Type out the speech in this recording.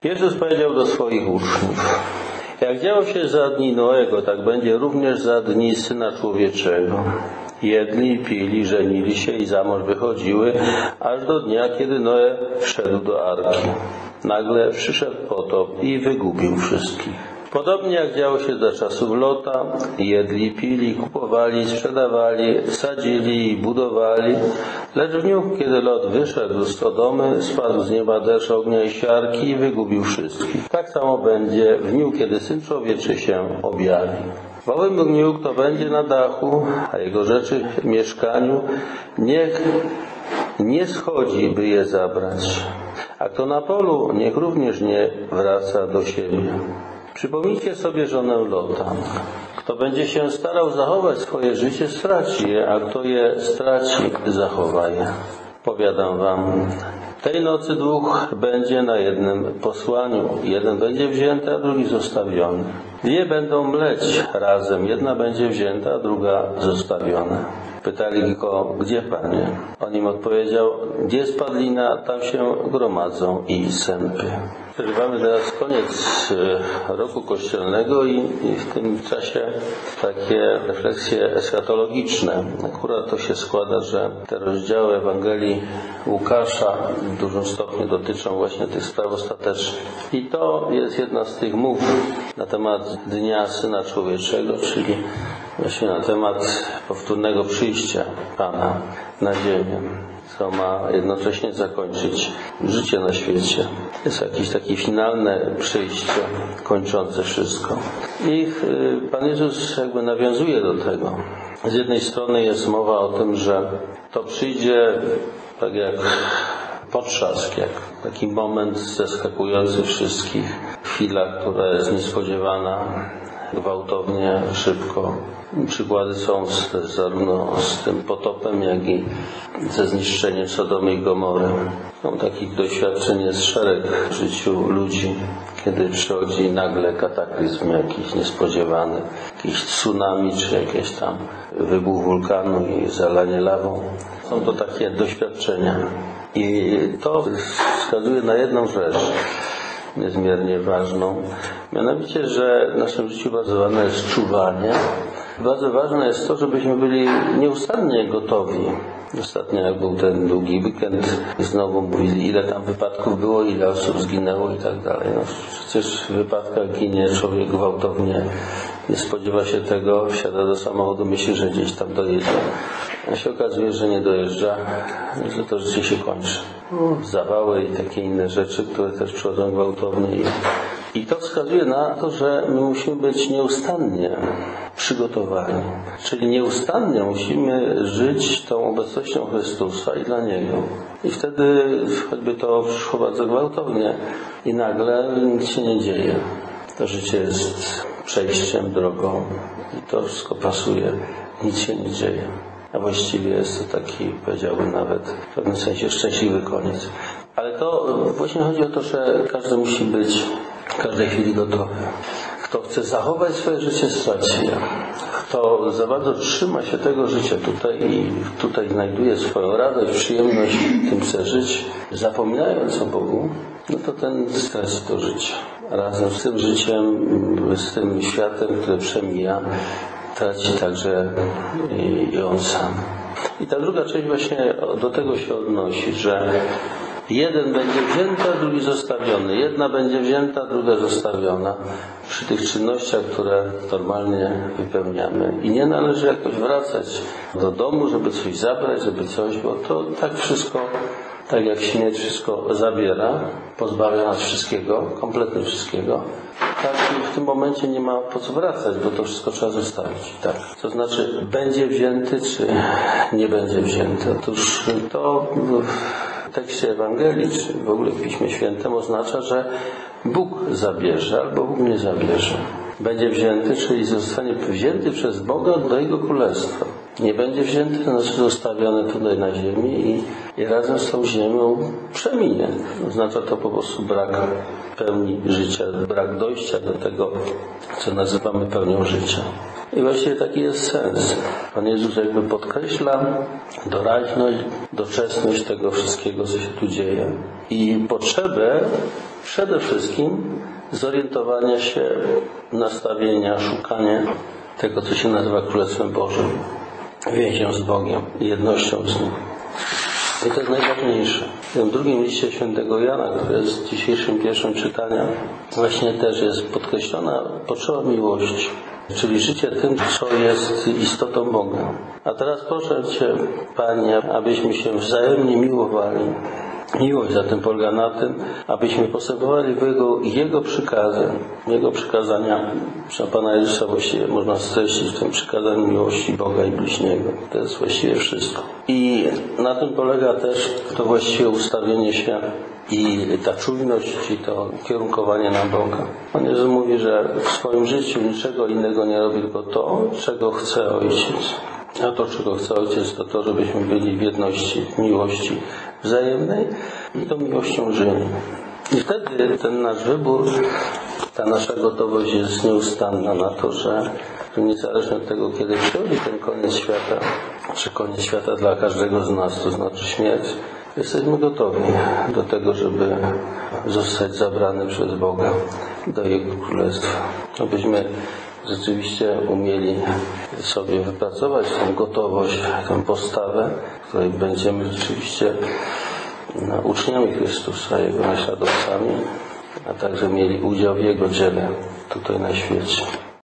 Jezus powiedział do swoich uczniów: jak działo się za dni Noego, tak będzie również za dni Syna Człowieczego. Jedli, pili, żenili się i za mąż wychodziły, aż do dnia, kiedy Noe wszedł do arki. Nagle przyszedł potop i wygubił wszystkich. Podobnie jak działo się za czasów Lota, jedli, pili, kupowali, sprzedawali, sadzili i budowali, lecz w dniu, kiedy Lot wyszedł z Sodomy, spadł z nieba deszcz ognia i siarki i wygubił wszystkich. Tak samo będzie w dniu, kiedy Syn Człowieczy się objawi. W owym dniu, kto będzie na dachu, a jego rzeczy w mieszkaniu, niech nie schodzi, by je zabrać. A kto na polu, niech również nie wraca do siebie. Przypomnijcie sobie żonę Lota. Kto będzie się starał zachować swoje życie, straci je, a kto je straci, zachowa je. Powiadam wam, tej nocy dwóch będzie na jednym posłaniu. Jeden będzie wzięty, a drugi zostawiony. Dwie będą mleć razem. Jedna będzie wzięta, a druga zostawiona. Pytali go: gdzie, Panie? On im odpowiedział: gdzie spadlina, tam się gromadzą i sępy. Przeżywamy teraz koniec roku kościelnego i w tym czasie takie refleksje eschatologiczne. Akurat to się składa, że te rozdziały Ewangelii Łukasza w dużym stopniu dotyczą właśnie tych spraw ostatecznych. I to jest jedna z tych mów na temat Dnia Syna Człowieczego, czyli właśnie na temat powtórnego przyjścia Pana na ziemię, co ma jednocześnie zakończyć życie na świecie. Jest jakieś takie finalne przyjście, kończące wszystko. I Pan Jezus jakby nawiązuje do tego. Z jednej strony jest mowa o tym, że to przyjdzie tak jak potrzask, jak taki moment zaskakujący wszystkich, chwila, która jest niespodziewana, gwałtownie, szybko. Przykłady są zarówno z tym potopem, jak i ze zniszczeniem Sodomy i Gomory. Takich doświadczeń jest szereg w życiu ludzi, kiedy przychodzi nagle kataklizm jakiś niespodziewany, jakiś tsunami, czy jakieś tam wybuch wulkanu i zalanie lawą. Są to takie doświadczenia. I to wskazuje na jedną rzecz, niezmiernie ważną, mianowicie, że w naszym życiu bardzo ważne jest czuwanie. Bardzo ważne jest to, żebyśmy byli nieustannie gotowi. Ostatnio jak był ten długi weekend, znowu mówili, ile tam wypadków było, ile osób zginęło i tak dalej. Przecież w wypadkach ginie człowiek gwałtownie, nie spodziewa się tego, wsiada do samochodu, myśli, że gdzieś tam dojedzie. A się okazuje, że nie dojeżdża, że to życie się kończy. Zawały i takie inne rzeczy, które też przychodzą gwałtownie. I to wskazuje na to, że my musimy być nieustannie przygotowani. Czyli nieustannie musimy żyć tą obecnością Chrystusa i dla Niego. I wtedy choćby to przyszło bardzo gwałtownie i nagle nic się nie dzieje. To życie jest przejściem, drogą i to wszystko pasuje. Nic się nie dzieje. A właściwie jest to taki, powiedziałbym nawet w pewnym sensie szczęśliwy koniec. Ale to właśnie chodzi o to, że każdy musi być w każdej chwili gotowy. Kto chce zachować swoje życie, straci je. Kto za bardzo trzyma się tego życia tutaj i tutaj znajduje swoją radość, przyjemność, tym chce żyć, zapominając o Bogu, no to ten straci to życie. Razem z tym życiem, z tym światem, który przemija, traci także i on sam. I ta druga część właśnie do tego się odnosi, że jeden będzie wzięty, a drugi zostawiony. Jedna będzie wzięta, druga zostawiona. Przy tych czynnościach, które normalnie wypełniamy. I nie należy jakoś wracać do domu, żeby coś zabrać, żeby coś, bo to tak wszystko, tak jak śmierć wszystko zabiera, pozbawia nas wszystkiego, kompletnie wszystkiego. Tak i w tym momencie nie ma po co wracać, bo to wszystko trzeba zostawić. Tak. To znaczy, będzie wzięty, czy nie będzie wzięty. Otóż to w tekście Ewangelii, czy w ogóle w Piśmie Świętym oznacza, że Bóg zabierze albo Bóg nie zabierze. Będzie wzięty, czyli zostanie wzięty przez Boga do Jego Królestwa. Nie będzie wzięty, to znaczy zostawiony tutaj na ziemi i razem z tą ziemią przeminie. Oznacza to po prostu brak pełni życia, brak dojścia do tego, co nazywamy pełnią życia. I właściwie taki jest sens. Pan Jezus jakby podkreśla doraźność, doczesność tego wszystkiego, co się tu dzieje. I potrzebę przede wszystkim zorientowania się, nastawienia, szukania tego, co się nazywa Królestwem Bożym, więzią z Bogiem, jednością z Nim. I to jest najważniejsze. W tym drugim liście świętego Jana, który jest dzisiejszym pierwszym czytaniem, właśnie też jest podkreślona potrzeba miłości, czyli życie tym, co jest istotą Boga. A teraz proszę Cię, Panie, abyśmy się wzajemnie miłowali. Miłość zatem polega na tym, abyśmy postępowali w Jego przykazań. Jego przykazania Pana Jezusa właściwie można streścić w tym przykazaniu miłości Boga i bliźniego. To jest właściwie wszystko. I na tym polega też to właściwe ustawienie się i ta czujność i to kierunkowanie na Boga. Pan Jezus mówi, że w swoim życiu niczego innego nie robi, tylko to, czego chce Ojciec. A to, czego chce Ojciec, to to, żebyśmy byli w jedności, w miłości wzajemnej i tą miłością żyli. I wtedy ten nasz wybór, ta nasza gotowość jest nieustanna na to, że niezależnie od tego, kiedy przychodzi ten koniec świata, czy koniec świata dla każdego z nas, to znaczy śmierć, jesteśmy gotowi do tego, żeby zostać zabrany przez Boga do Jego Królestwa. Abyśmy rzeczywiście umieli sobie wypracować tę gotowość, tę postawę, w której będziemy rzeczywiście uczniami Chrystusa, Jego naśladowcami, a także mieli udział w Jego dziele tutaj na świecie.